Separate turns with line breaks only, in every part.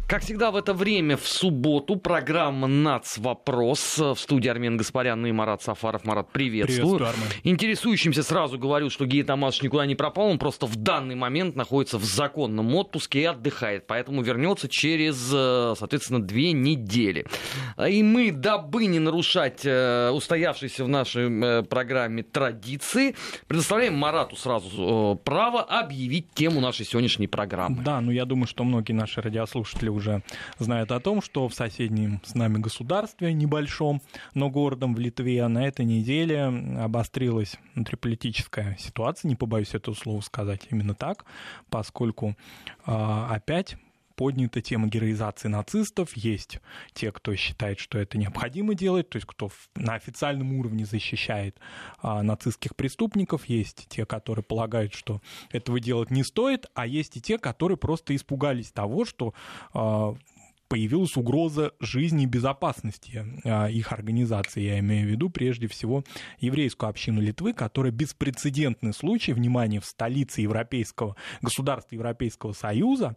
Как всегда в это время в субботу программа «Нацвопрос». В студии Армен Гаспарян и Марат Сафаров. Марат, приветствую.
Приветствую, Армен.
Интересующимся сразу говорю, что Гея Томашич никуда не пропал. Он просто в данный момент находится в законном отпуске и отдыхает. Поэтому вернется через, соответственно, 2 недели. И мы, дабы не нарушать устоявшиеся в нашей программе традиции, предоставляем Марату сразу право объявить тему нашей сегодняшней программы.
Да, я думаю, что многие наши радиослушатели уже знают о том, что в соседнем с нами государстве, небольшом, но городом в Литве, на этой неделе обострилась внутриполитическая ситуация, не побоюсь этого слова сказать именно так, поскольку опять поднята тема героизации нацистов. Есть те, кто считает, что это необходимо делать, то есть кто на официальном уровне защищает нацистских преступников. Есть те, которые полагают, что этого делать не стоит, а есть и те, которые просто испугались того, что появилась угроза жизни и безопасности их организации. Я имею в виду прежде всего еврейскую общину Литвы, которая беспрецедентный случай, внимание, в столице европейского государства Европейского Союза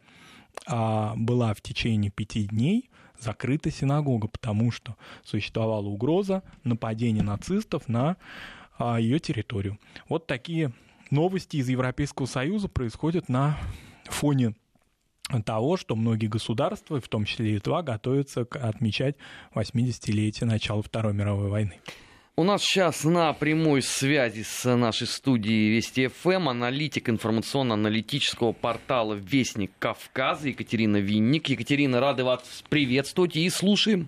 была в течение 5 дней закрыта синагога, потому что существовала угроза нападения нацистов на ее территорию. Вот такие новости из Европейского Союза происходят на фоне того, что многие государства, в том числе и Литва, готовятся отмечать 80-летие начала Второй мировой войны.
У нас сейчас на прямой связи с нашей студией Вести ФМ аналитик информационно-аналитического портала «Вестник Кавказа» Екатерина Винник. Екатерина, рады вас приветствовать и слушаем.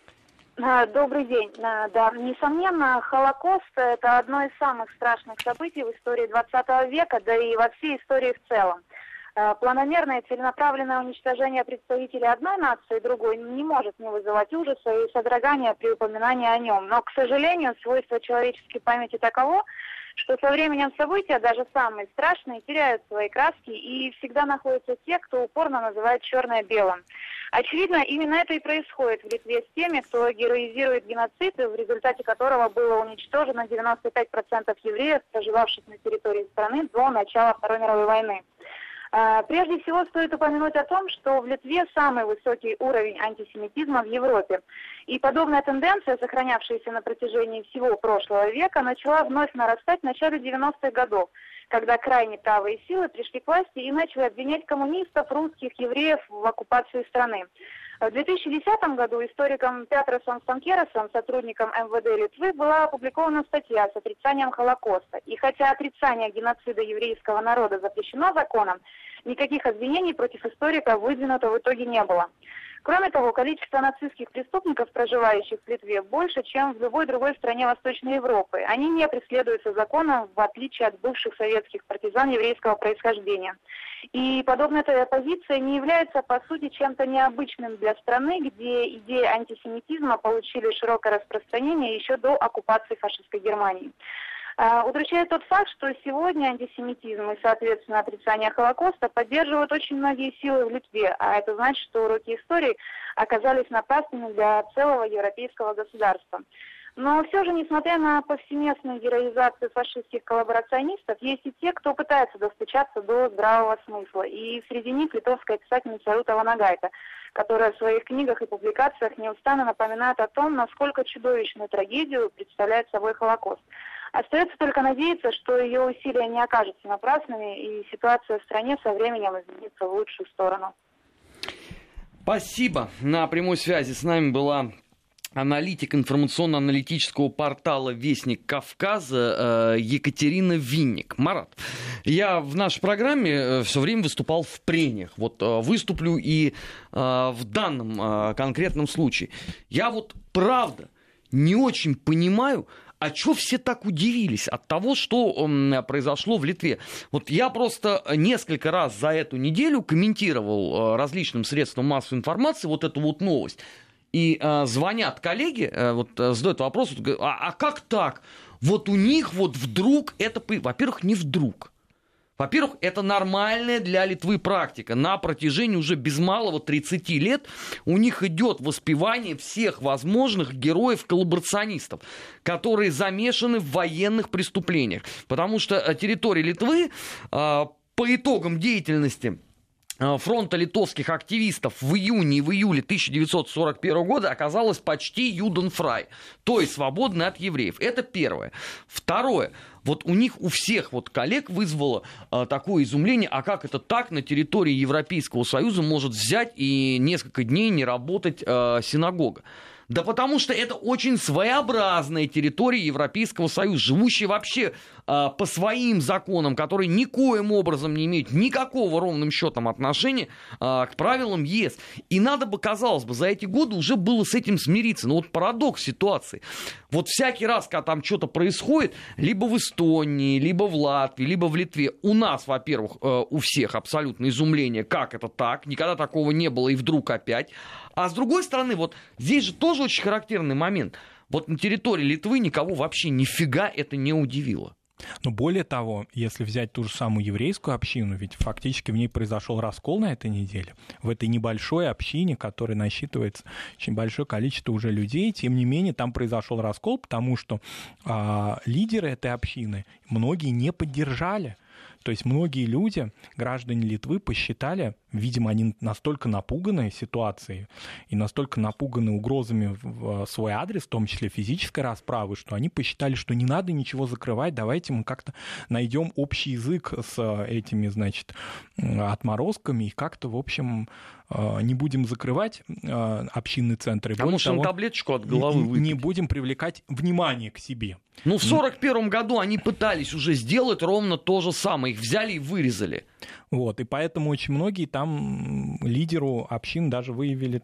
Добрый день. Да, несомненно, Холокост – это одно из самых страшных событий в истории 20 века, да и во всей истории в целом. Планомерное и целенаправленное уничтожение представителей одной нации другой не может не вызывать ужаса и содрогания при упоминании о нем. Но, к сожалению, свойство человеческой памяти таково, что со временем события, даже самые страшные, теряют свои краски, и всегда находятся те, кто упорно называет черное белым. Очевидно, именно это и происходит в Литве с теми, кто героизирует геноцид, в результате которого было уничтожено 95% евреев, проживавших на территории страны до начала Второй мировой войны. Прежде всего стоит упомянуть о том, что в Литве самый высокий уровень антисемитизма в Европе. И подобная тенденция, сохранявшаяся на протяжении всего прошлого века, начала вновь нарастать в начале 90-х годов, когда крайне правые силы пришли к власти и начали обвинять коммунистов, русских, евреев в оккупации страны. В 2010 году историком Петросом Станкеросом, сотрудником МВД Литвы, была опубликована статья с отрицанием Холокоста. И хотя отрицание геноцида еврейского народа запрещено законом, никаких обвинений против историка выдвинуто в итоге не было. Кроме того, количество нацистских преступников, проживающих в Литве, больше, чем в любой другой стране Восточной Европы. Они не преследуются законом, в отличие от бывших советских партизан еврейского происхождения. И подобная позиция не является, по сути, чем-то необычным для страны, где идеи антисемитизма получили широкое распространение еще до оккупации фашистской Германии. Удручает тот факт, что сегодня антисемитизм и, соответственно, отрицание Холокоста поддерживают очень многие силы в Литве, а это значит, что уроки истории оказались напрасными для целого европейского государства. Но все же, несмотря на повсеместную героизацию фашистских коллаборационистов, есть и те, кто пытается достучаться до здравого смысла. И среди них литовская писательница Рута Ванагайта, которая в своих книгах и публикациях неустанно напоминает о том, насколько чудовищную трагедию представляет собой Холокост. Остается только надеяться, что ее усилия не окажутся напрасными, и ситуация в стране со временем изменится в лучшую сторону.
Спасибо. На прямой связи с нами была аналитик информационно-аналитического портала «Вестник Кавказа» Екатерина Винник. Марат, я в нашей программе все время выступал в прениях. Вот выступлю и в данном конкретном случае. Я вот правда не очень понимаю, а чё все так удивились от того, что произошло в Литве? Вот я просто несколько раз за эту неделю комментировал различным средствам массовой информации вот эту вот новость. И звонят коллеги, задают вопрос, а как так? Вот у них вот вдруг это... Во-первых, не вдруг. Во-первых, это нормальная для Литвы практика. На протяжении уже без малого 30 лет у них идет воспевание всех возможных героев-коллаборационистов, которые замешаны в военных преступлениях. Потому что территория Литвы по итогам деятельности фронта литовских активистов в июне и в июле 1941 года оказалась почти юденфрай, то есть свободной от евреев. Это первое. Второе. Вот у них, у всех вот коллег вызвало такое изумление, а как это так на территории Европейского Союза может взять и несколько дней не работать синагога? Да потому что это очень своеобразная территория Европейского Союза, живущая вообще по своим законам, которые никоим образом не имеют никакого ровным счетом отношения к правилам ЕС. И надо бы, казалось бы, за эти годы уже было с этим смириться. Но вот парадокс ситуации. Вот всякий раз, когда там что-то происходит, либо в Эстонии, либо в Латвии, либо в Литве, у нас, во-первых, у всех абсолютно изумление, как это так, никогда такого не было, и вдруг опять. А с другой стороны, вот здесь же тоже очень характерный момент. Вот на территории Литвы никого вообще нифига это не удивило.
Но более того, если взять ту же самую еврейскую общину, ведь фактически в ней произошел раскол на этой неделе. В этой небольшой общине, которая насчитывается очень большое количество уже людей, тем не менее там произошел раскол, потому что лидеры этой общины многие не поддержали. То есть многие люди, граждане Литвы, посчитали, видимо, они настолько напуганы ситуацией и настолько напуганы угрозами в свой адрес, в том числе физической расправы, что они посчитали, что не надо ничего закрывать, давайте мы как-то найдем общий язык с этими, значит, отморозками и как-то, в общем, не будем закрывать общинные центры.
А может, на таблеточку от головы выпить?
Не будем привлекать внимание к себе.
Ну, в 1941 году они пытались уже сделать ровно то же самое. Их взяли и вырезали.
Вот, и поэтому очень многие там лидеру общин даже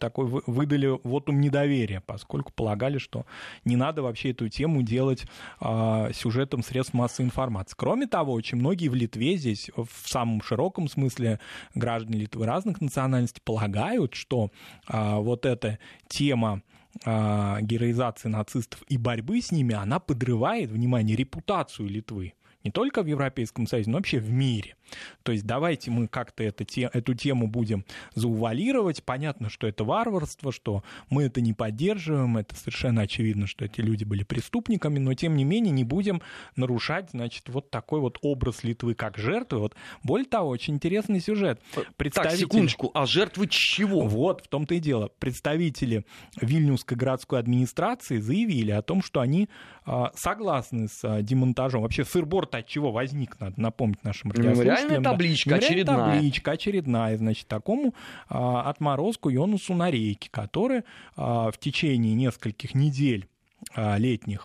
выдали вотум недоверия, поскольку полагали, что не надо вообще эту тему делать сюжетом средств массовой информации. Кроме того, очень многие в Литве здесь, в самом широком смысле, граждане Литвы разных национальностей полагают, что вот эта тема героизации нацистов и борьбы с ними, она подрывает, внимание, репутацию Литвы. Не только в Европейском Союзе, но вообще в мире. То есть давайте мы как-то эту тему будем заувалировать. Понятно, что это варварство, что мы это не поддерживаем. Это совершенно очевидно, что эти люди были преступниками, но тем не менее не будем нарушать, значит, вот такой вот образ Литвы как жертвы. Вот, более того, очень интересный сюжет.
Так, секундочку, а жертвы чего?
Вот, в том-то и дело. Представители Вильнюсской городской администрации заявили о том, что они согласны с демонтажом. Вообще сыр-бор от чего возник, надо напомнить нашим радиослушателям.
Мемориальная табличка очередная.
Табличка очередная, значит, такому отморозку Йонасу Нарейке, который в течение нескольких недель летних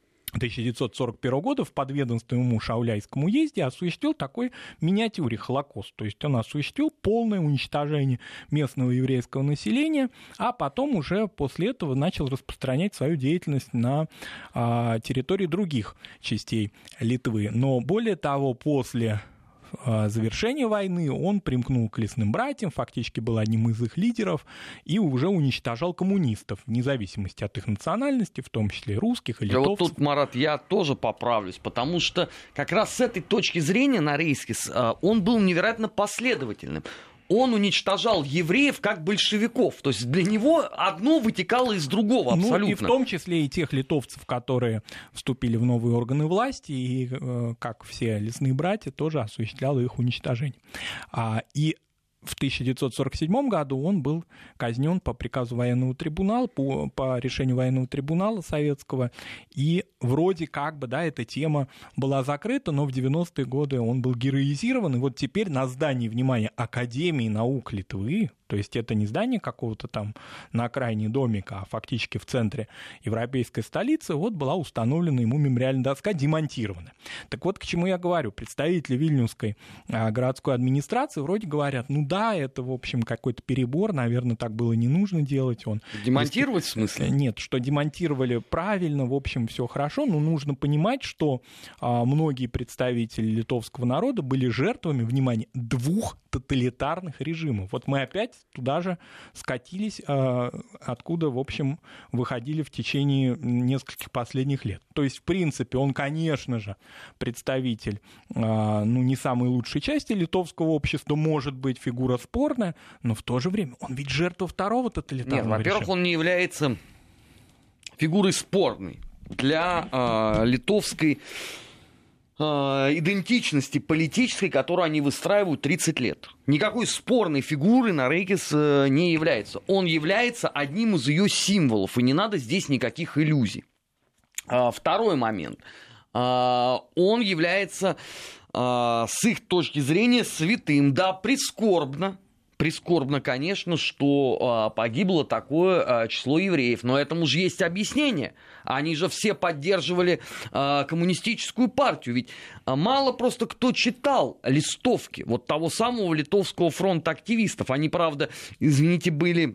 1941 года в подведомственном ему Шауляйском уезде осуществил такой миниатюре Холокост. То есть он осуществил полное уничтожение местного еврейского населения, а потом уже после этого начал распространять свою деятельность на территории других частей Литвы. Но более того, после завершения войны он примкнул к лесным братьям, фактически был одним из их лидеров и уже уничтожал коммунистов, вне зависимости от их национальности, в том числе русских и литовцев.
Вот тут, Марат, я тоже поправлюсь, потому что как раз с этой точки зрения Нарейскис, он был невероятно последовательным. Он уничтожал евреев как большевиков. То есть для него одно вытекало из другого абсолютно.
Ну и в том числе и тех литовцев, которые вступили в новые органы власти, и, как все лесные братья, тоже осуществлял их уничтожение. И в 1947 году он был казнен по приказу военного трибунала, по решению военного трибунала советского, и вроде как бы, да, эта тема была закрыта, но в 90-е годы он был героизирован, и вот теперь на здании, внимание, Академии наук Литвы, то есть это не здание какого-то там на окраине домика, а фактически в центре европейской столицы, вот была установлена ему мемориальная доска, демонтирована. Так вот, к чему я говорю. Представители Вильнюсской городской администрации вроде говорят, ну да, это, в общем, какой-то перебор, наверное, так было не нужно делать.
Демонтировать в смысле?
Нет, что демонтировали правильно, в общем, все хорошо, но нужно понимать, что многие представители литовского народа были жертвами, внимание, 2 тоталитарных режимов. Вот мы опять туда же скатились, откуда, в общем, выходили в течение нескольких последних лет. То есть, в принципе, он, конечно же, представитель, не самой лучшей части литовского общества, может быть, фигура спорная, но в то же время он ведь жертва второго тоталитарного режима.
Во-первых, он не является фигурой спорной для литовской идентичности политической, которую они выстраивают 30 лет. Никакой спорной фигурой Нарейкис не является. Он является одним из ее символов, и не надо здесь никаких иллюзий. Второй момент. Он является, с их точки зрения, святым. Да, прискорбно, конечно, что погибло такое число евреев. Но этому же есть объяснение. Они же все поддерживали коммунистическую партию. Ведь мало просто кто читал листовки вот того самого Литовского фронта активистов. Они, правда, извините, были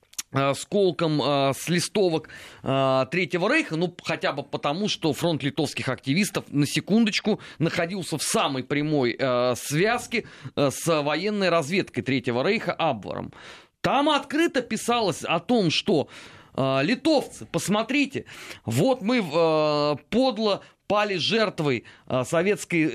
сколком с листовок Третьего Рейха, ну, хотя бы потому, что фронт литовских активистов, на секундочку, находился в самой прямой связке с военной разведкой Третьего Рейха Абвером. Там открыто писалось о том, что литовцы, посмотрите, вот мы подло пали жертвой советской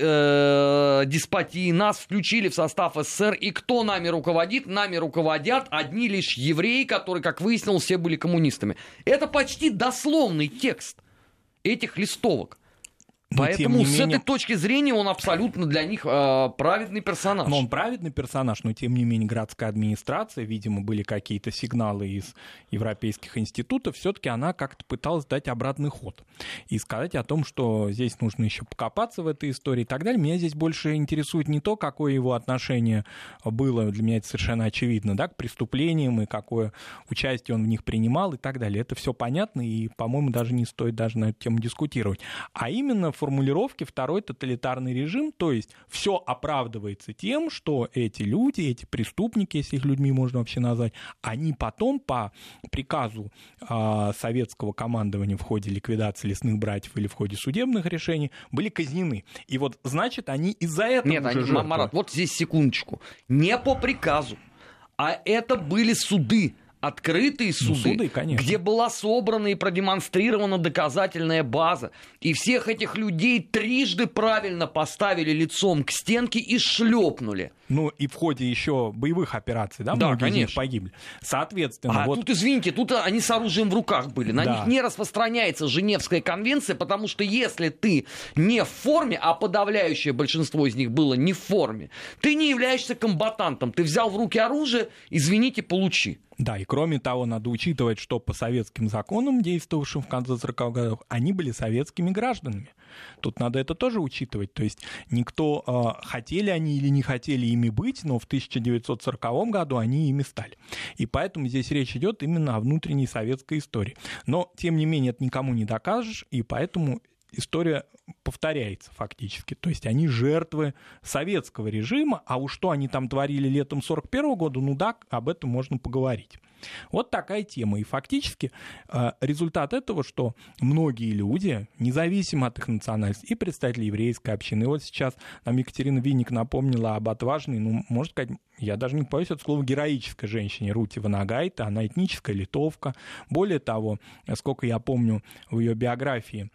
деспотии, нас включили в состав СССР, и кто нами руководит? Нами руководят одни лишь евреи, которые, как выяснилось, все были коммунистами. Это почти дословный текст этих листовок. Но поэтому с этой точки зрения он абсолютно для них праведный персонаж.
Но он праведный персонаж, но тем не менее городская администрация, видимо, были какие-то сигналы из европейских институтов, все-таки она как-то пыталась дать обратный ход и сказать о том, что здесь нужно еще покопаться в этой истории и так далее. Меня здесь больше интересует не то, какое его отношение было, для меня это совершенно очевидно, да, к преступлениям и какое участие он в них принимал и так далее. Это все понятно и, по-моему, даже не стоит даже на эту тему дискутировать. А именно формулировки «второй тоталитарный режим», то есть все оправдывается тем, что эти люди, эти преступники, если их людьми можно вообще назвать, они потом по приказу советского командования в ходе ликвидации лесных братьев или в ходе судебных решений были казнены. И вот, значит, они из-за этого
Нет, они, Марат, вот здесь секундочку. Не по приказу, а это были суды. Открытые суды, где была собрана и продемонстрирована доказательная база. И всех этих людей трижды правильно поставили лицом к стенке и шлепнули.
Ну и в ходе еще боевых операций, да, многие из них погибли. Соответственно,
вот... тут, извините, тут они с оружием в руках были. На них не распространяется Женевская конвенция, потому что если ты не в форме, а подавляющее большинство из них было не в форме, ты не являешься комбатантом. Ты взял в руки оружие, извините, получи.
Да, и кроме того, надо учитывать, что по советским законам, действовавшим в конце 40-х годов, они были советскими гражданами. Тут надо это тоже учитывать. То есть никто, хотели они или не хотели ими быть, но в 1940 году они ими стали. И поэтому здесь речь идет именно о внутренней советской истории. Но, тем не менее, это никому не докажешь, и поэтому история повторяется фактически. То есть они жертвы советского режима, а уж что они там творили летом 1941 года, ну да, об этом можно поговорить. Вот такая тема. И фактически результат этого, что многие люди, независимо от их национальности, и представители еврейской общины, и вот сейчас нам Екатерина Винник напомнила об отважной, ну, можно сказать, я даже не боюсь от слова героической женщине Рути Ванагайте, она этническая литовка. Более того, сколько я помню в ее биографии,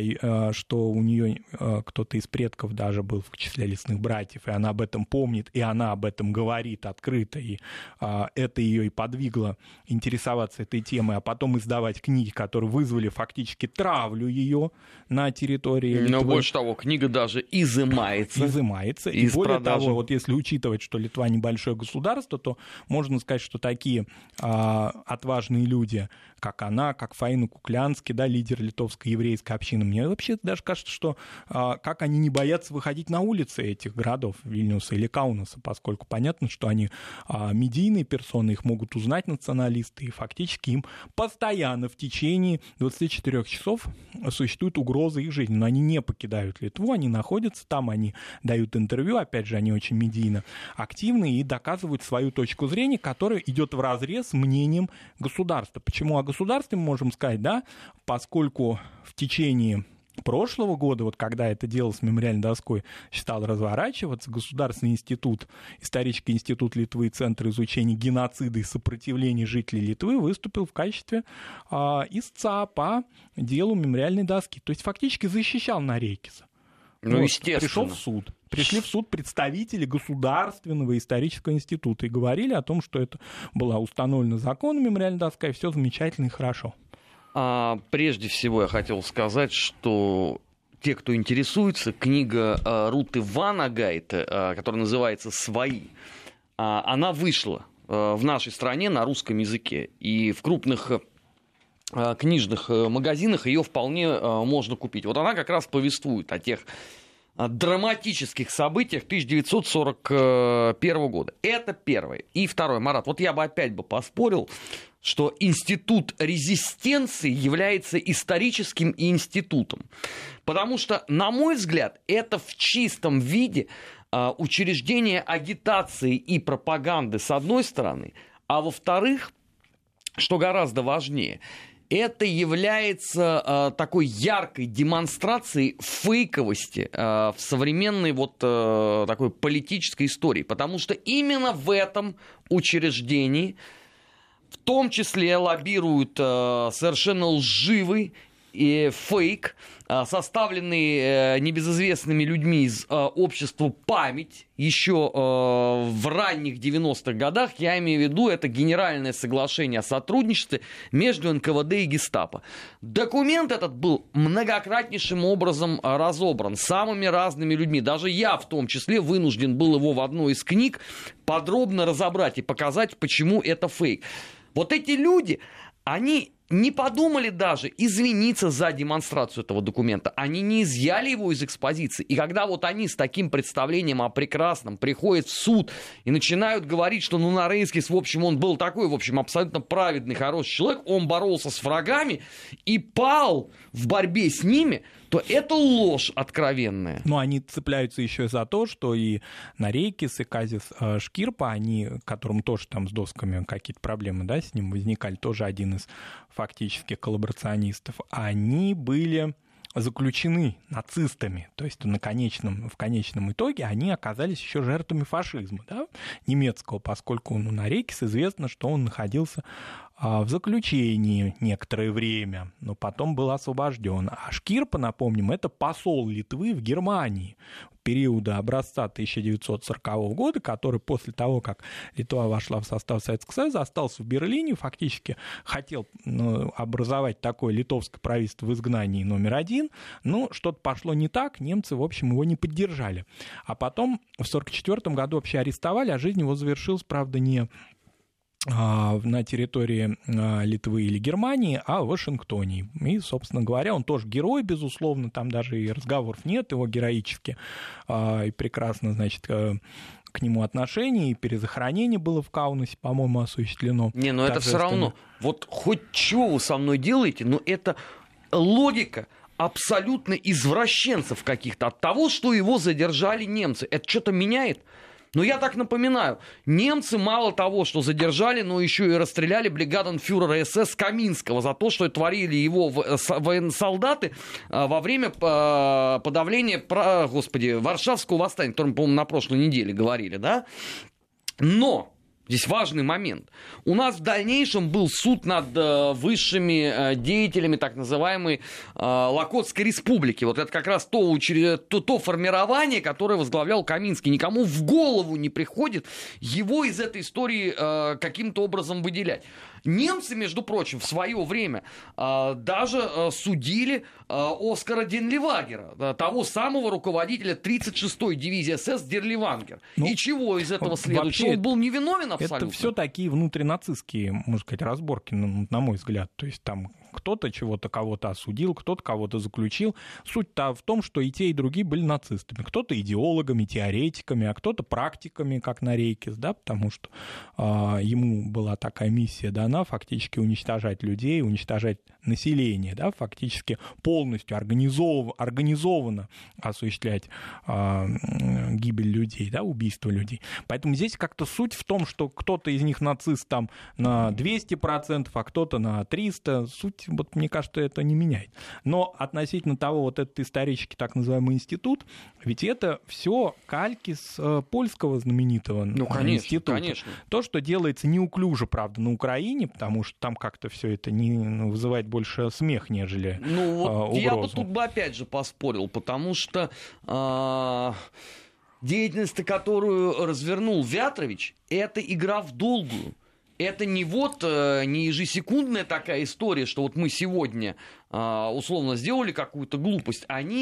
что у нее кто-то из предков даже был в числе лесных братьев, и она об этом помнит, и она об этом говорит открыто, и это ее и подвигло интересоваться этой темой, а потом издавать книги, которые вызвали фактически травлю ее на территории Литвы.
Но больше того, книга даже изымается.
И более того, вот если учитывать, что Литва небольшое государство, то можно сказать, что такие отважные люди, как она, как Фаина Куклянский, да, лидер литовской еврейской общины, мне вообще даже кажется, что как они не боятся выходить на улицы этих городов, Вильнюса или Каунаса, поскольку понятно, что они медийные персоны, их могут узнать националисты, и фактически им постоянно в течение 24 часов существует угроза их жизни. Но они не покидают Литву, они находятся там, они дают интервью, опять же, они очень медийно активны и доказывают свою точку зрения, которая идет вразрез с мнением государства. Почему о государстве мы можем сказать, да, поскольку в течение прошлого года, вот когда это дело с мемориальной доской стало разворачиваться, Государственный институт, исторический институт Литвы, Центр изучения геноцида и сопротивления жителей Литвы выступил в качестве истца по делу мемориальной доски. То есть фактически защищал Нарейкиса.
Ну, вот, естественно.
Пришел в суд. Пришли в суд представители Государственного исторического института и говорили о том, что это была установлена законом мемориальная доска, и все замечательно и хорошо.
Прежде всего я хотел сказать, что те, кто интересуется, книга Руты Ванагайте, которая называется «Свои», она вышла в нашей стране на русском языке. И в крупных книжных магазинах ее вполне можно купить. Вот она как раз повествует о тех драматических событиях 1941 года. Это первое. И второе, Марат, вот я бы опять поспорил, что институт резистенции является историческим институтом. Потому что, на мой взгляд, это в чистом виде учреждение агитации и пропаганды с одной стороны, а во-вторых, что гораздо важнее, это является такой яркой демонстрацией фейковости в современной такой политической истории. Потому что именно в этом учреждении в том числе лоббируют совершенно лживый фейк, составленный небезызвестными людьми из общества «Память» еще в ранних 90-х годах. Я имею в виду, это генеральное соглашение о сотрудничестве между НКВД и Гестапо. Документ этот был многократнейшим образом разобран самыми разными людьми. Даже я в том числе вынужден был его в одной из книг подробно разобрать и показать, почему это фейк. Вот эти люди, они не подумали даже извиниться за демонстрацию этого документа. Они не изъяли его из экспозиции. И когда вот они с таким представлением о прекрасном приходят в суд и начинают говорить, что Нарейскис, в общем, он был такой, в общем, абсолютно праведный, хороший человек, он боролся с врагами и пал в борьбе с ними, то это ложь откровенная.
Но они цепляются еще за то, что и Нарейкис, и Казис Шкирпа, они, которым тоже там с досками какие-то проблемы, да, с ним возникали, тоже один из фактически коллаборационистов, они были заключены нацистами, то есть в конечном итоге они оказались еще жертвами фашизма, да, немецкого, поскольку Нарейкис известно, что он находился в заключении некоторое время, но потом был освобожден. А Шкирпа, напомним, это посол Литвы в Германии периода образца 1940 года, который после того, как Литва вошла в состав Советского Союза, остался в Берлине, фактически хотел образовать такое литовское правительство в изгнании номер один, но что-то пошло не так, немцы, в общем, его не поддержали. А потом в 1944 году вообще арестовали, а жизнь его завершилась, правда, не на территории Литвы или Германии, а в Вашингтоне. И, собственно говоря, он тоже герой, безусловно, там даже и разговоров нет, его героически и прекрасно, значит, к нему отношение, и перезахоронение было в Каунасе, по-моему, осуществлено.
Не, но это все равно, вот хоть чего вы со мной делаете, но это логика абсолютно извращенцев каких-то от того, что его задержали немцы. Это что-то меняет? Но я так напоминаю, немцы мало того, что задержали, но еще и расстреляли бригаденфюрера СС Каминского за то, что творили его военносолдаты во время подавления, Варшавского восстания, о котором, по-моему, на прошлой неделе говорили, да? Но здесь важный момент. У нас в дальнейшем был суд над высшими деятелями так называемой Локотской республики. Вот это как раз то формирование, которое возглавлял Каминский. Никому в голову не приходит его из этой истории каким-то образом выделять. Немцы, между прочим, в свое время даже судили Оскара Дерливангера, того самого руководителя 36-й дивизии СС Дерливангер. И чего из этого следует? Что он был невиновен абсолютно?
Это все такие внутринацистские, можно сказать, разборки, на мой взгляд. То есть там кто-то чего-то кого-то осудил, кто-то кого-то заключил. Суть-то в том, что и те, и другие были нацистами. Кто-то идеологами, теоретиками, а кто-то практиками, как Нарейкис, да, потому что ему была такая миссия дана, фактически уничтожать людей, уничтожать население, да, фактически полностью организованно осуществлять гибель людей, да, убийство людей. Поэтому здесь как-то суть в том, что кто-то из них нацист там на 200%, а кто-то на 300%. Суть, вот, мне кажется, это не меняет. Но относительно того, вот этот исторический так называемый институт, ведь это все кальки с польского знаменитого института.
Конечно.
То, что делается неуклюже, правда, на Украине, потому что там как-то все это вызывает больше смех, нежели угрозу.
Я бы тут опять же поспорил, потому что деятельность, которую развернул Вятрович, это игра в долгую. Это не ежесекундная такая история, что вот мы сегодня условно сделали какую-то глупость. Они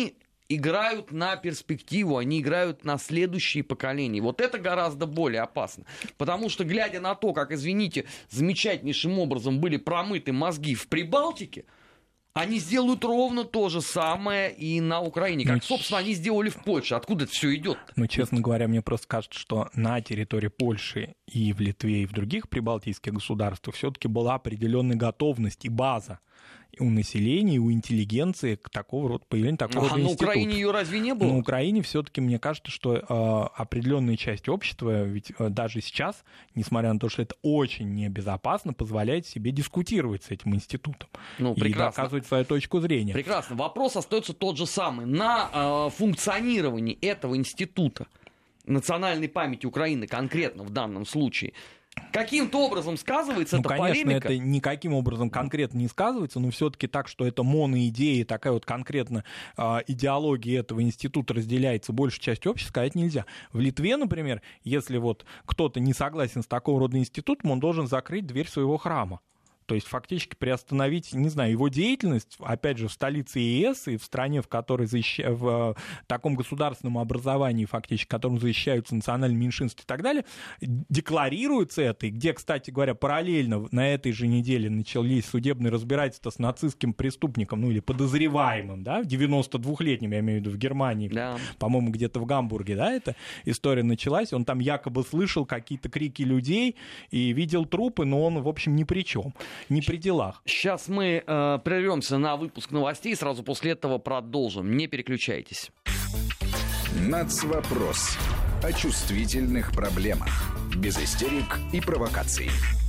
играют на перспективу, они играют на следующие поколения. Вот это гораздо более опасно. Потому что, глядя на то, как, извините, замечательнейшим образом были промыты мозги в Прибалтике, они сделают ровно то же самое и на Украине, как, собственно, они сделали в Польше. Откуда это все идет?
Ну, честно говоря, мне просто кажется, что на территории Польши и в Литве, и в других прибалтийских государствах все-таки была определенная готовность и база у населения, и у интеллигенции к такого рода появлению такого рода института.
На Украине ее разве не было?
На Украине все-таки, мне кажется, что определенная часть общества, ведь даже сейчас, несмотря на то, что это очень небезопасно, позволяет себе дискутировать с этим институтом и доказывать свою точку зрения.
Прекрасно. Вопрос остается тот же самый. На функционирование этого института национальной памяти Украины конкретно в данном случае каким-то образом сказывается эта полемика?
Конечно, это никаким образом конкретно не сказывается, но все-таки так, что это моноидея, такая вот конкретно идеология этого института разделяется большей частью общества, сказать нельзя. В Литве, например, если вот кто-то не согласен с такого рода институтом, он должен закрыть дверь своего храма. То есть фактически приостановить, не знаю, его деятельность, опять же, в столице ЕС и в стране, в которой в таком государственном образовании, фактически, в котором защищаются национальные меньшинства и так далее, декларируется это, и где, кстати говоря, параллельно на этой же неделе начались судебные разбирательства с нацистским преступником, ну или подозреваемым, да, 92-летним, я имею в виду, в Германии, да. По-моему, где-то в Гамбурге, да, эта история началась, он там якобы слышал какие-то крики людей и видел трупы, но он, в общем, ни при чем. Не при делах.
Сейчас мы прервемся на выпуск новостей, сразу после этого продолжим. Не переключайтесь.
Нацвопрос. О чувствительных проблемах. Без истерик и провокаций.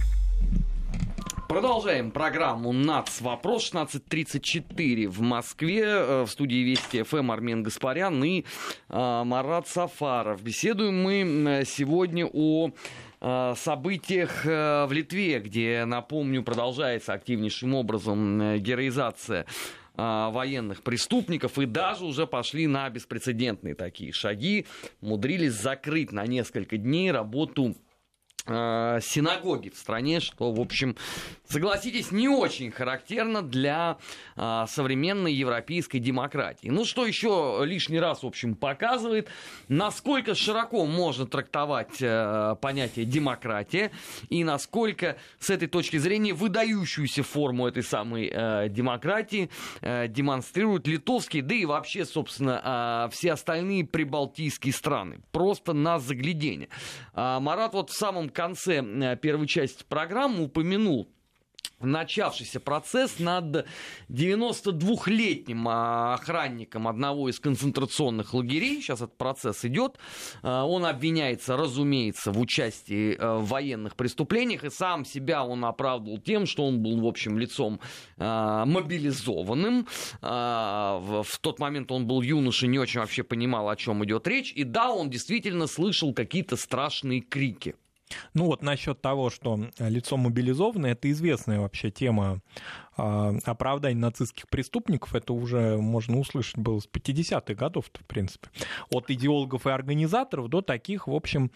Продолжаем программу «Нацвопрос». 16:34 в Москве. В студии Вести ФМ Армен Гаспарян и Марат Сафаров. Беседуем мы сегодня о событиях в Литве, где, напомню, продолжается активнейшим образом героизация военных преступников, и даже уже пошли на беспрецедентные такие шаги, умудрились закрыть на несколько дней работу синагоги в стране, что, в общем, согласитесь, не очень характерно для современной европейской демократии. Ну, что еще лишний раз, в общем, показывает, насколько широко можно трактовать понятие демократия и насколько, с этой точки зрения, выдающуюся форму этой самой демократии демонстрируют литовские, да и вообще, собственно, все остальные прибалтийские страны. Просто на загляденье. Марат вот в самом конце первой части программы упомянул начавшийся процесс над 92-летним охранником одного из концентрационных лагерей. Сейчас этот процесс идет. Он обвиняется, разумеется, в участии в военных преступлениях, и сам себя он оправдывал тем, что он был, в общем, лицом мобилизованным. В тот момент он был юношей, не очень вообще понимал, о чем идет речь. И да, он действительно слышал какие-то страшные крики.
Ну вот насчет того, что лицо мобилизованное, это известная вообще тема оправдания нацистских преступников, это уже можно услышать было с 50-х годов, в принципе. От идеологов и организаторов до таких, в общем,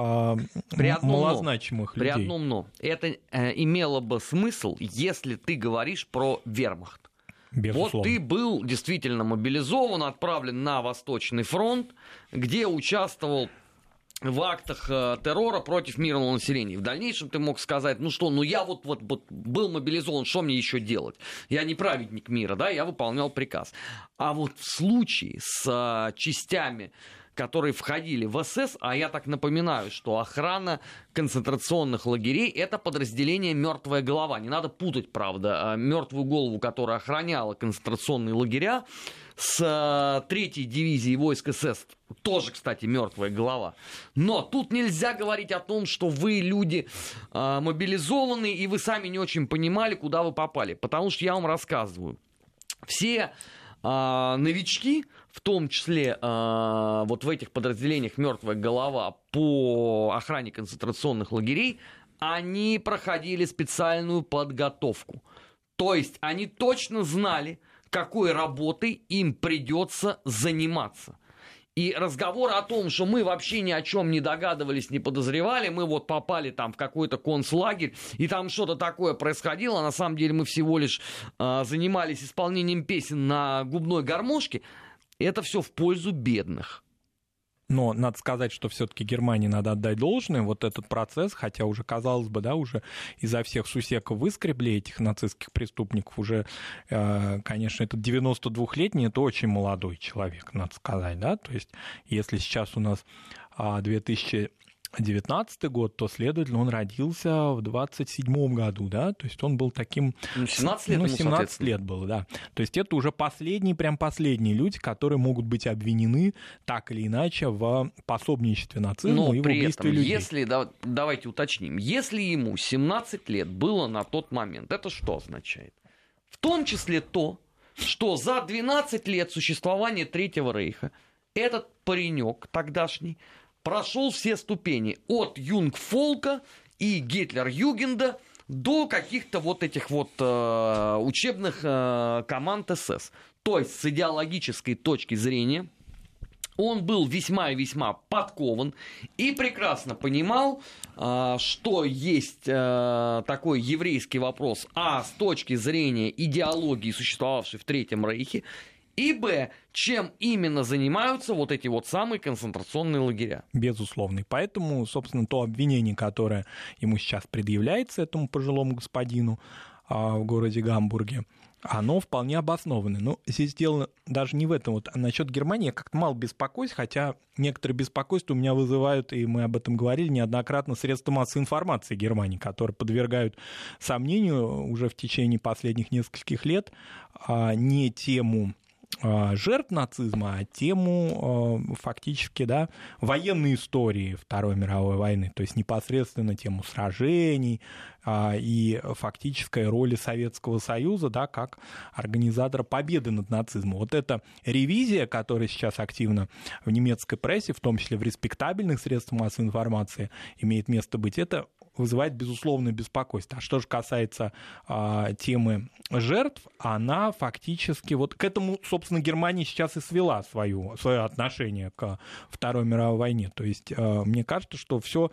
малозначимых людей.
При одном но. Это имело бы смысл, если ты говоришь про вермахт.
Безусловно.
Вот ты был действительно мобилизован, отправлен на Восточный фронт, где участвовал в актах террора против мирного населения. В дальнейшем ты мог сказать, я вот был мобилизован, что мне еще делать? Я не праведник мира, да, я выполнял приказ. А вот в случае с частями, которые входили в СС, а я так напоминаю, что охрана концентрационных лагерей — это подразделение «Мертвая голова». Не надо путать, правда, мертвую голову, которая охраняла концентрационные лагеря, с 3-й дивизией войск СС, тоже, кстати, «Мертвая голова». Но тут нельзя говорить о том, что вы люди мобилизованные, и вы сами не очень понимали, куда вы попали. Потому что я вам рассказываю. Все новички, в том числе вот в этих подразделениях «Мертвая голова» по охране концентрационных лагерей, они проходили специальную подготовку. То есть они точно знали, какой работой им придется заниматься. И разговор о том, что мы вообще ни о чем не догадывались, не подозревали, мы вот попали там в какой-то концлагерь, и там что-то такое происходило, на самом деле мы всего лишь занимались исполнением песен на губной гармошке, Это все в пользу бедных.
Но надо сказать, что все-таки Германии надо отдать должное. Вот этот процесс, хотя уже, казалось бы, да, уже изо всех сусеков выскребли этих нацистских преступников, уже, конечно, этот 92-летний, это очень молодой человек, надо сказать, да, то есть если сейчас у нас 2019 год, то, следовательно, он родился в 27-м году, да, то есть он был таким...
17 лет ему,
17 лет было, да. То есть это уже прям последние люди, которые могут быть обвинены так или иначе в пособничестве нацизму и в убийстве людей.
Если, давайте уточним, если ему 17 лет было на тот момент, это что означает? В том числе то, что за 12 лет существования Третьего Рейха этот паренек тогдашний прошел все ступени от юнгфолка и Гитлер-Югенда до каких-то вот этих вот учебных команд СС. То есть с идеологической точки зрения он был весьма и весьма подкован и прекрасно понимал, что есть такой еврейский вопрос, с точки зрения идеологии, существовавшей в Третьем Рейхе, и б, чем именно занимаются вот эти вот самые концентрационные лагеря.
Безусловно. И поэтому, собственно, то обвинение, которое ему сейчас предъявляется, этому пожилому господину в городе Гамбурге, оно вполне обосновано. Но здесь дело даже не в этом. Вот насчет Германии я как-то мало беспокоюсь, хотя некоторые беспокойства у меня вызывают, и мы об этом говорили неоднократно, средства массовой информации Германии, которые подвергают сомнению уже в течение последних нескольких лет не тему жертв нацизма, а тему фактически, да, военной истории Второй мировой войны, то есть непосредственно тему сражений и фактической роли Советского Союза, да, как организатора победы над нацизмом. Вот эта ревизия, которая сейчас активно в немецкой прессе, в том числе в респектабельных средствах массовой информации, имеет место быть, это вызывает безусловное беспокойство. А что же касается темы жертв, она фактически вот к этому, собственно, Германия сейчас и свела свое отношение к Второй мировой войне. То есть мне кажется, что все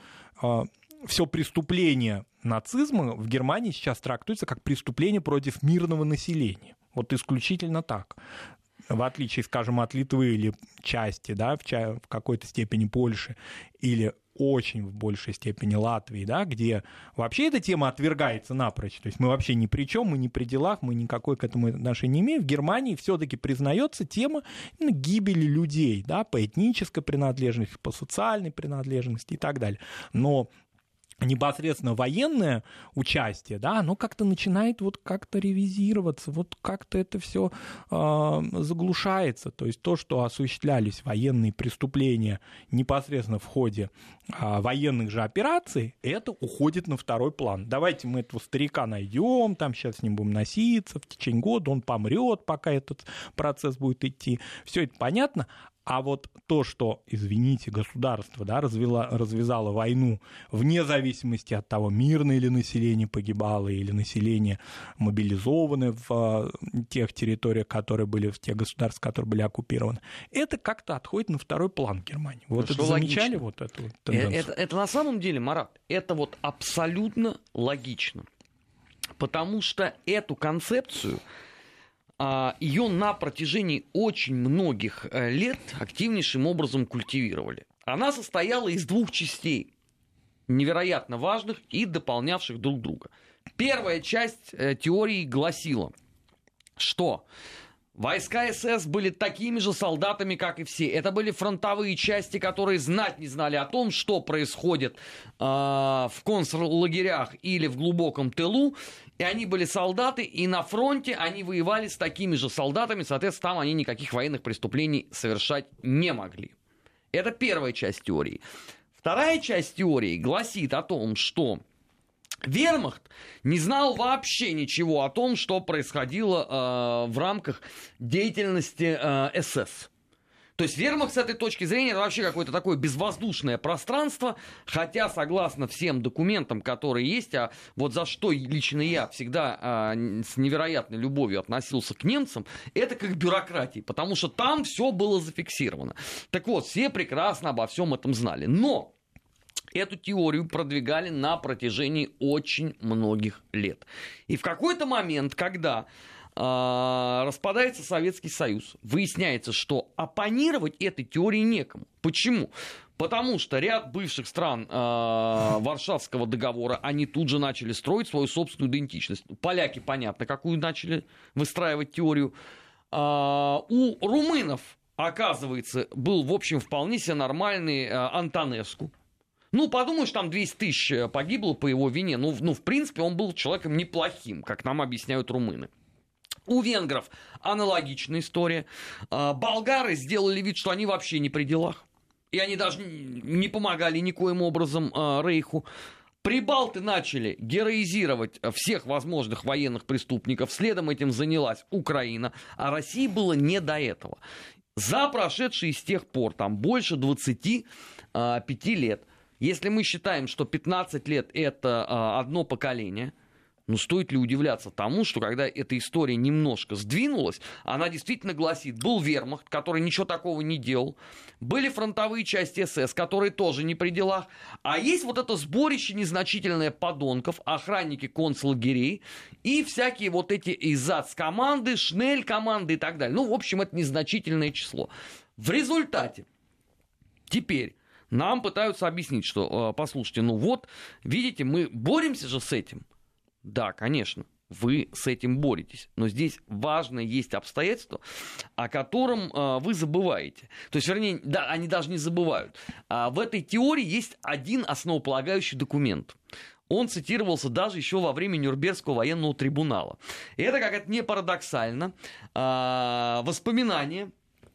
преступление нацизма в Германии сейчас трактуется как преступление против мирного населения. Вот исключительно так. В отличие, скажем, от Литвы или части, да, в какой-то степени Польши, или очень в большей степени Латвии, да, где вообще эта тема отвергается напрочь. То есть мы вообще ни при чем, мы не при делах, мы никакой к этому отношения не имеем. В Германии все-таки признается тема гибели людей, да, по этнической принадлежности, по социальной принадлежности и так далее. Но непосредственно военное участие, да, оно как-то начинает вот как-то ревизироваться, вот как-то это все заглушается. То есть то, что осуществлялись военные преступления непосредственно в ходе военных же операций, это уходит на второй план. Давайте мы этого старика найдем, там сейчас с ним будем носиться, в течение года он помрет, пока этот процесс будет идти. Все это понятно. А вот то, что, извините, государство, да, развязало войну вне зависимости от того, мирное ли население погибало или население мобилизованное в тех территориях, которые были, в тех государствах, которые были оккупированы, это как-то отходит на второй план Германии. Вот это замечали вот эту вот тенденцию?
Это на самом деле, Марат, это вот абсолютно логично. Потому что эту концепцию ее на протяжении очень многих лет активнейшим образом культивировали. Она состояла из двух частей, невероятно важных и дополнявших друг друга. Первая часть теории гласила, что войска СС были такими же солдатами, как и все. Это были фронтовые части, которые знать не знали о том, что происходит в концлагерях или в глубоком тылу. И они были солдаты, и на фронте они воевали с такими же солдатами, соответственно, там они никаких военных преступлений совершать не могли. Это первая часть теории. Вторая часть теории гласит о том, что Вермахт не знал вообще ничего о том, что происходило в рамках деятельности СС. То есть Вермахт с этой точки зрения это вообще какое-то такое безвоздушное пространство, хотя согласно всем документам, которые есть, а вот за что лично я всегда с невероятной любовью относился к немцам, это как к бюрократии, потому что там все было зафиксировано. Так вот, все прекрасно обо всем этом знали. Но эту теорию продвигали на протяжении очень многих лет. И в какой-то момент, когда распадается Советский Союз, выясняется, что оппонировать этой теории некому. Почему? Потому что ряд бывших стран Варшавского договора, они тут же начали строить свою собственную идентичность. Поляки, понятно, какую начали выстраивать теорию. У румынов, оказывается, был, в общем, вполне себе нормальный Антонеску. Ну, подумаешь, там 200 тысяч погибло по его вине. Ну, в принципе, он был человеком неплохим, как нам объясняют румыны. У венгров аналогичная история. Болгары сделали вид, что они вообще не при делах. И они даже не помогали никоим образом Рейху. Прибалты начали героизировать всех возможных военных преступников. Следом этим занялась Украина. А России было не до этого. За прошедшие с тех пор там больше 25 лет. Если мы считаем, что 15 лет это одно поколение, ну, стоит ли удивляться тому, что когда эта история немножко сдвинулась, она действительно гласит, был вермахт, который ничего такого не делал, были фронтовые части СС, которые тоже не при делах, а есть вот это сборище незначительное подонков, охранники концлагерей и всякие вот эти изац-команды, шнель-команды и так далее. Ну, в общем, это незначительное число. В результате теперь нам пытаются объяснить, что, послушайте, ну вот, видите, мы боремся же с этим. Да, конечно, вы с этим боретесь, но здесь важное есть обстоятельство, о котором вы забываете. То есть, вернее, да, они даже не забывают. В этой теории есть один основополагающий документ. Он цитировался даже еще во время Нюрнбергского военного трибунала. И это, как это не парадоксально, воспоминания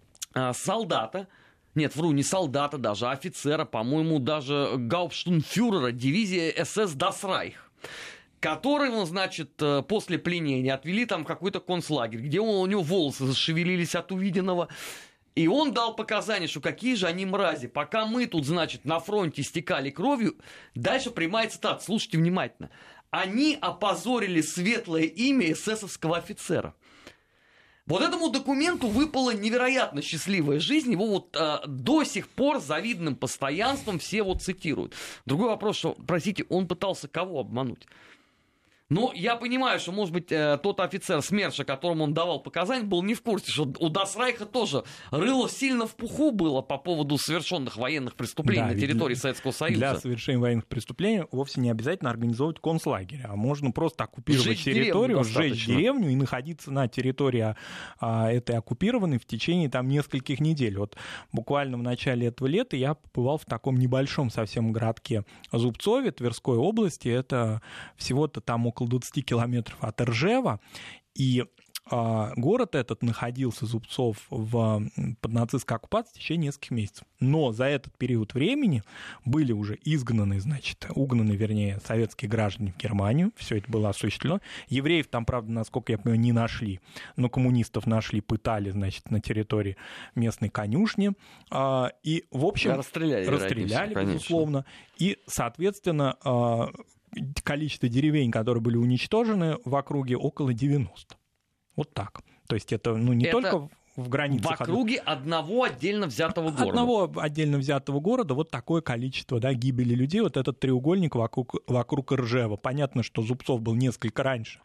солдата, нет, вру, не солдата даже, а офицера, по-моему, даже гауптштурмфюрера дивизии СС Das Reich, которого, значит, после пленения отвели там в какой-то концлагерь, где у него волосы зашевелились от увиденного. И он дал показания, что какие же они мрази. Пока мы тут, значит, на фронте стекали кровью, дальше прямая цитата, слушайте внимательно. Они опозорили светлое имя эсэсовского офицера. Вот этому документу выпала невероятно счастливая жизнь, его вот до сих пор с завидным постоянством все вот цитируют. Другой вопрос, что, простите, он пытался кого обмануть? Ну, я понимаю, что, может быть, тот офицер СМЕРШа, которому он давал показания, был не в курсе, что у Das Reich'а тоже рыло сильно в пуху было по поводу совершенных военных преступлений на территории Советского Союза.
Для совершения военных преступлений вовсе не обязательно организовывать концлагерь, а можно просто оккупировать территорию, сжечь деревню и находиться на территории этой оккупированной в течение там нескольких недель. Вот буквально в начале этого лета я побывал в таком небольшом совсем городке Зубцове Тверской области. Это всего-то там около 20 километров от Ржева, и город этот находился, Зубцов, под нацистской оккупацией в течение нескольких месяцев. Но за этот период времени были уже угнаны, вернее, советские граждане в Германию, все это было осуществлено. Евреев там, правда, насколько я понимаю, не нашли, но коммунистов нашли, пытали, значит, на территории местной конюшни. И, в общем, расстреляли, безусловно. И, соответственно, количество деревень, которые были уничтожены в округе, около 90. Вот так. То есть это не только в границах.
В округе одного отдельно взятого города.
Одного отдельно взятого города вот такое количество, да, гибели людей, вот этот треугольник вокруг Ржева. Понятно, что Зубцов был несколько раньше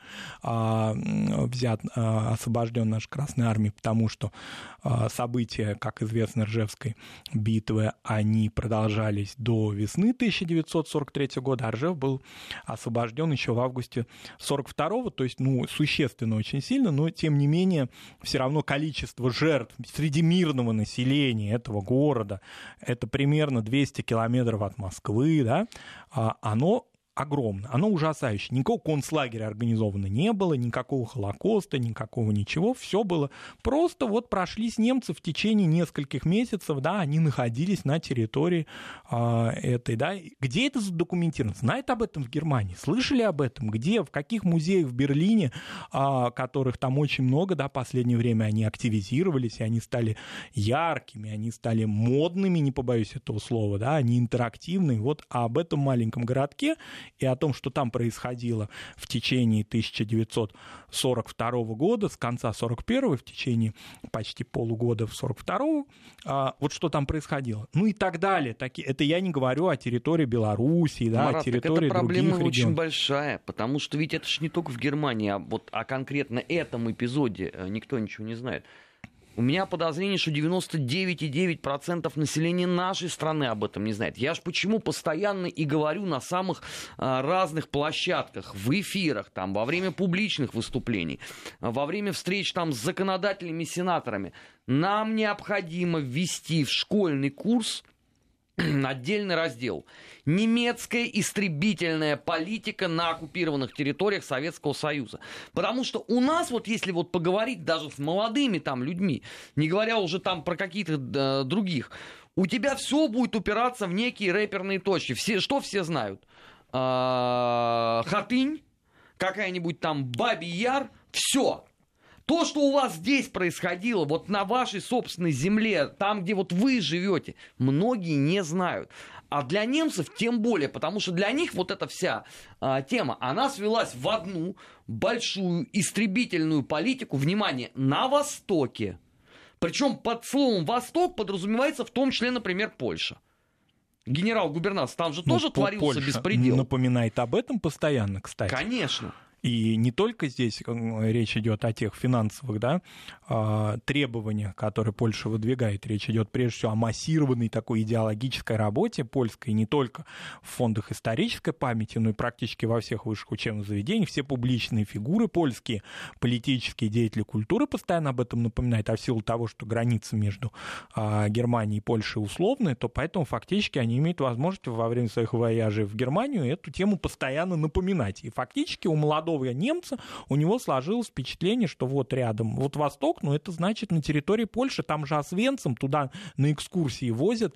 освобожден нашей Красной Армией, потому что события, как известно, Ржевской битвы, они продолжались до весны 1943 года, а Ржев был освобожден еще в августе 1942, то есть, существенно очень сильно, но, тем не менее, все равно количество жертв среди мирного населения этого города, это примерно 200 километров от Москвы, да, оно огромно, оно ужасающее. Никакого концлагеря организовано не было, никакого Холокоста, никакого ничего. Все было просто вот прошлись немцы в течение нескольких месяцев, да, они находились на территории этой, да. Где это задокументировано? Знают об этом в Германии? Слышали об этом? Где? В каких музеях в Берлине, которых там очень много, да, в последнее время они активизировались, и они стали яркими, они стали модными, не побоюсь этого слова, да, они интерактивные. Вот об этом маленьком городке и о том, что там происходило в течение 1942 года, с конца 41-го, в течение почти полугода в 42-го, вот что там происходило. Ну и так далее. Это я не говорю о территории Белоруссии, да,
Марат,
о территории других регионов.
эта проблема очень большая, потому что ведь это же не только в Германии, а вот о конкретно этом эпизоде никто ничего не знает. У меня подозрение, что 99,9% населения нашей страны об этом не знает. Я ж почему постоянно и говорю на самых разных площадках, в эфирах, там, во время публичных выступлений, во время встреч там, с законодателями, сенаторами. Нам необходимо ввести в школьный курс отдельный раздел. Немецкая истребительная политика на оккупированных территориях Советского Союза. Потому что у нас, вот если вот поговорить даже с молодыми там людьми, не говоря уже там про каких-то других, у тебя все будет упираться в некие рэперные точки. Что все знают? Хатынь, какая-нибудь там Бабий Яр, все. То, что у вас здесь происходило, вот на вашей собственной земле, там, где вот вы живете, многие не знают. А для немцев тем более, потому что для них вот эта вся тема, она свелась в одну большую истребительную политику, внимание, на Востоке. Причем под словом «Восток» подразумевается в том числе, например, Польша. Генерал-губернатор, там же тоже творился
Польша
беспредел.
Напоминает об этом постоянно, кстати.
Конечно.
И не только здесь речь идет о тех финансовых, да, требованиях, которые Польша выдвигает. Речь идет прежде всего о массированной такой идеологической работе польской, не только в фондах исторической памяти, но и практически во всех высших учебных заведениях. Все публичные фигуры польские, политические деятели культуры постоянно об этом напоминают. А в силу того, что граница между Германией и Польшей условная, то поэтому фактически они имеют возможность во время своих вояжей в Германию эту тему постоянно напоминать. И фактически у молодого немца, у него сложилось впечатление, что вот рядом, вот Восток, ну это значит на территории Польши, там же Освенцим, туда на экскурсии возят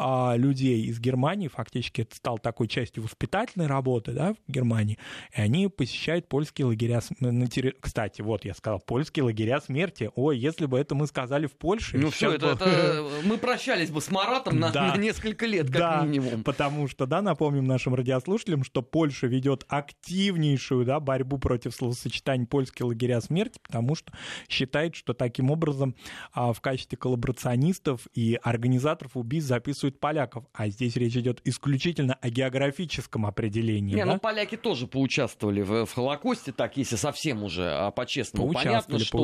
людей из Германии, фактически это стало такой частью воспитательной работы, да, в Германии, и они посещают польские лагеря, кстати, вот я сказал, польские лагеря смерти, ой, если бы это мы сказали в Польше.
Ну все, это мы прощались бы с Маратом на несколько лет, как минимум.
Потому что, да, напомним нашим радиослушателям, что Польша ведет активнейшую, да, борьбу против словосочетания «польские лагеря смерти», потому что считает, что таким образом в качестве коллаборационистов и организаторов убийств записывают поляков. А здесь речь идет исключительно о географическом определении.
Не, да? Ну поляки тоже поучаствовали в Холокосте, так, если совсем уже по-честному. Понятно, что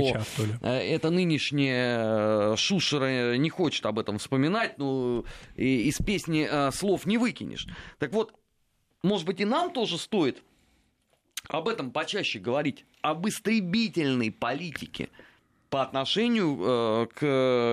это нынешняя шушера не хочет об этом вспоминать, но из песни слов не выкинешь. Так вот, может быть, и нам тоже стоит об этом почаще говорить, об истребительной политике по отношению к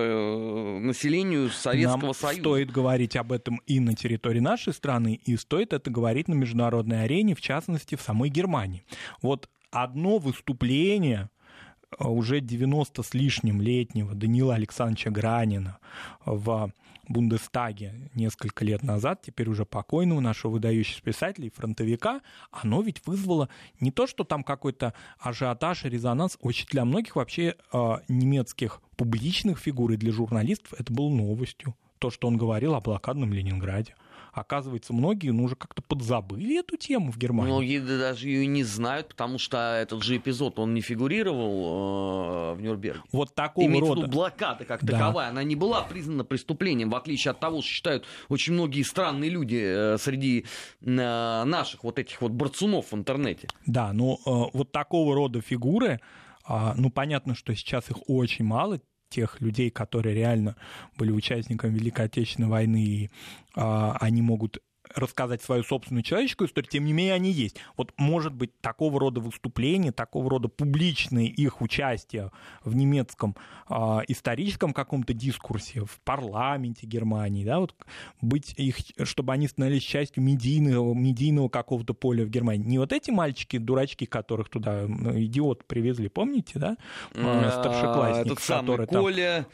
населению Советского Союза.
Стоит говорить об этом и на территории нашей страны, и стоит это говорить на международной арене, в частности, в самой Германии. Вот одно выступление уже 90 с лишним летнего Даниила Александровича Гранина в Бундестаге несколько лет назад, теперь уже покойного нашего выдающегося писателя и фронтовика, оно ведь вызвало не то, что там какой-то ажиотаж и резонанс, очень для многих вообще немецких публичных фигур и для журналистов это было новостью. То, что он говорил о блокадном Ленинграде. Оказывается, многие уже как-то подзабыли эту тему в Германии.
Многие даже ее не знают, потому что этот же эпизод, он не фигурировал в Нюрнберге.
Вот такого рода.
Имеется в виду блокада как таковая, она не была признана преступлением, в отличие от того, что считают очень многие странные люди среди наших вот этих вот борцунов в интернете.
Да, но вот такого рода фигуры, ну понятно, что сейчас их очень мало, тех людей, которые реально были участниками Великой Отечественной войны, и они могут рассказать свою собственную человеческую историю, тем не менее они есть. Вот может быть такого рода выступления, такого рода публичное их участие в немецком историческом каком-то дискурсе, в парламенте Германии, да, вот быть их, чтобы они становились частью медийного какого-то поля в Германии. Не вот эти мальчики-дурачки, которых туда идиот привезли, помните, да, старшеклассник,
этот самый Коля...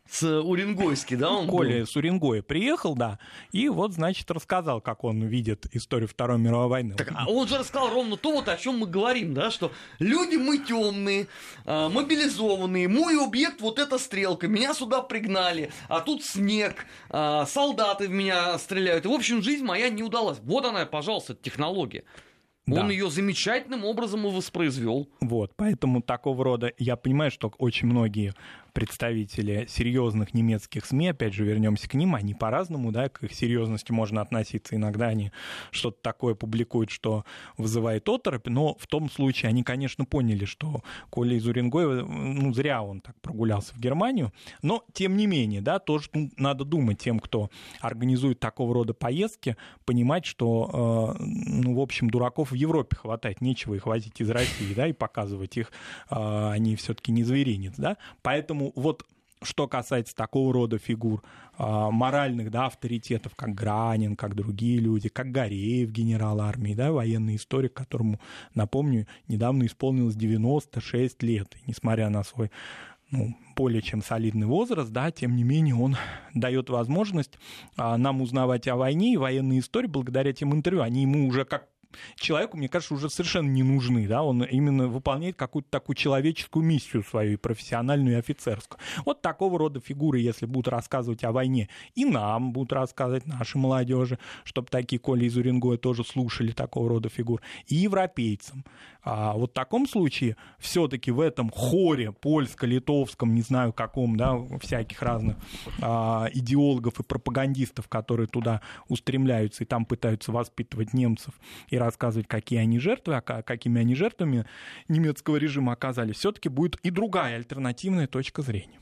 с Уренгойски, да, он
Коля
был?
с Уренгоя приехал, да, и вот, значит, рассказал, как он видит историю Второй мировой войны.
Так, а он же рассказал ровно то, вот о чем мы говорим, да, что люди мы темные, мобилизованные, мой объект вот эта стрелка, меня сюда пригнали, а тут снег, солдаты в меня стреляют, и, в общем, жизнь моя не удалась. Вот она, пожалуйста, технология.
Да.
Он ее замечательным образом и воспроизвел.
Вот, поэтому такого рода, я понимаю, что очень многие представители серьезных немецких СМИ, опять же, вернемся к ним, они по-разному, да, к их серьезности можно относиться. Иногда они что-то такое публикуют, что вызывает оторопь, но в том случае они, конечно, поняли, что Коля из Уренгоя, ну, зря он так прогулялся в Германию, но, тем не менее, да, тоже надо думать тем, кто организует такого рода поездки, понимать, что, ну, в общем, дураков в Европе хватает, нечего их возить из России, да, и показывать их, они все-таки не зверинец, да, поэтому вот что касается такого рода фигур, моральных, да, авторитетов, как Гранин, как другие люди, как Гореев, генерал армии, да, военный историк, которому, напомню, недавно исполнилось 96 лет, и несмотря на свой, ну, более чем солидный возраст, да, тем не менее он дает возможность нам узнавать о войне и военной истории благодаря тем интервью. Они ему уже как человеку, мне кажется, уже совершенно не нужны, да, он именно выполняет какую-то такую человеческую миссию свою, и профессиональную, и офицерскую. Вот такого рода фигуры, если будут рассказывать о войне, и нам будут рассказывать, нашей молодежи, чтобы такие Коля из Уренгоя тоже слушали такого рода фигур, и европейцам. Вот в таком случае все-таки в этом хоре польско-литовском, не знаю каком, да, всяких разных идеологов и пропагандистов, которые туда устремляются и там пытаются воспитывать немцев и рассказывать, какие они жертвы, какими они жертвами немецкого режима оказались, все-таки будет и другая альтернативная точка зрения.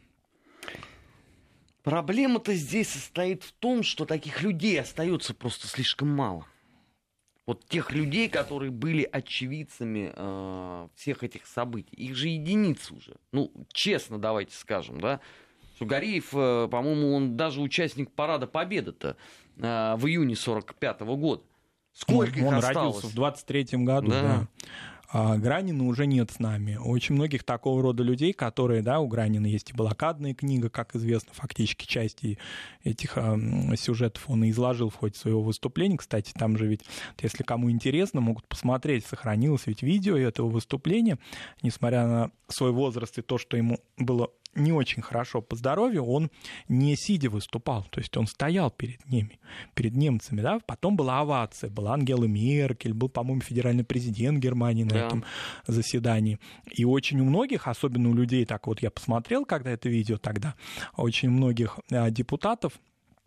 Проблема-то здесь состоит в том, что таких людей остается просто слишком мало. Вот тех людей, которые были очевидцами всех этих событий. Их же единицы уже. Ну, честно, давайте скажем, да. Что Гореев, по-моему, он даже участник Парада Победы-то в июне 45-го года. Сколько их осталось?
Он родился в 23-м году, да. Гранина уже нет с нами. Очень многих такого рода людей, которые, да, у Гранина есть и блокадная книга, как известно, фактически части этих сюжетов он и изложил в ходе своего выступления. Кстати, там же ведь, если кому интересно, могут посмотреть, сохранилось ведь видео этого выступления. Несмотря на свой возраст и то, что ему было не очень хорошо по здоровью, он не сидя выступал, то есть он стоял перед ними, перед немцами, да, потом была овация, была Ангела Меркель, был, по-моему, федеральный президент Германии на этом заседании, и очень у многих, особенно у людей, так вот я посмотрел, когда это видео тогда, очень многих депутатов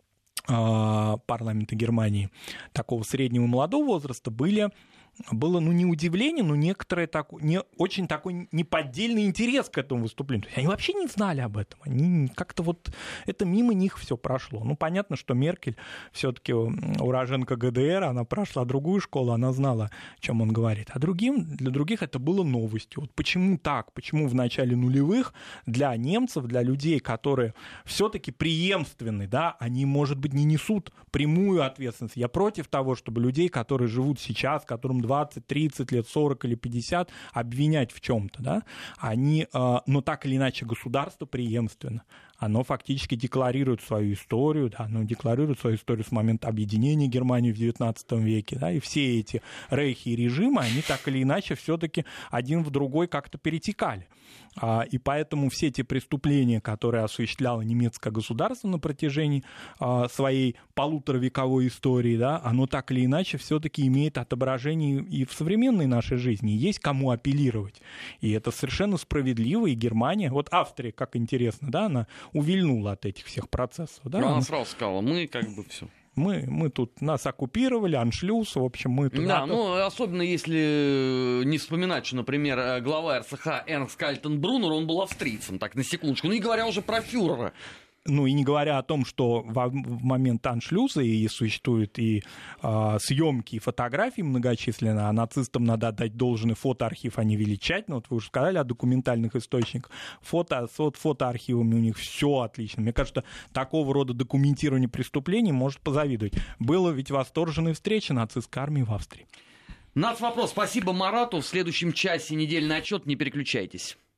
парламента Германии такого среднего и молодого возраста было, ну, не удивление, но некоторый очень такой неподдельный интерес к этому выступлению. То есть они вообще не знали об этом. Они как-то вот это мимо них все прошло. Ну, понятно, что Меркель все-таки уроженка ГДР, она прошла другую школу, она знала, о чем он говорит. А для других это было новостью. Вот почему так? Почему в начале нулевых для немцев, для людей, которые все-таки преемственны, да, они, может быть, не несут прямую ответственность. Я против того, чтобы людей, которые живут сейчас, которым 20, 30 лет, 40 или 50, обвинять в чем-то, да, но так или иначе государство преемственно, оно фактически декларирует свою историю, да, оно декларирует свою историю с момента объединения Германии в XIX веке, да, и все эти рейхи и режимы, они так или иначе все-таки один в другой как-то перетекали. И поэтому все эти преступления, которые осуществляло немецкое государство на протяжении своей полуторавековой истории, да, оно так или иначе все-таки имеет отображение и в современной нашей жизни. Есть кому апеллировать. И это совершенно справедливо. И Германия, вот Австрия, как интересно, да, она увильнула от этих всех процессов. Да?
Она сразу сказала, мы как бы все.
Мы тут нас оккупировали, аншлюз, в общем, мы тут...
Да, ну, особенно если не вспоминать, что, например, глава РСХ Эрнст Кальтенбруннер, он был австрийцем, так, на секундочку, ну, и говоря уже про фюрера.
Ну и не говоря о том, что в момент аншлюза и существуют и съемки, и фотографии многочисленные, а нацистам надо отдать должный фотоархив, они величательны. Вот вы уже сказали о документальных источниках. С фотоархивами у них все отлично. Мне кажется, такого рода документирование преступлений может позавидовать. Было ведь восторженная встреча нацистской армии в Австрии.
Нацвопрос. Спасибо Марату. В следующем часе недельный отчет. Не переключайтесь.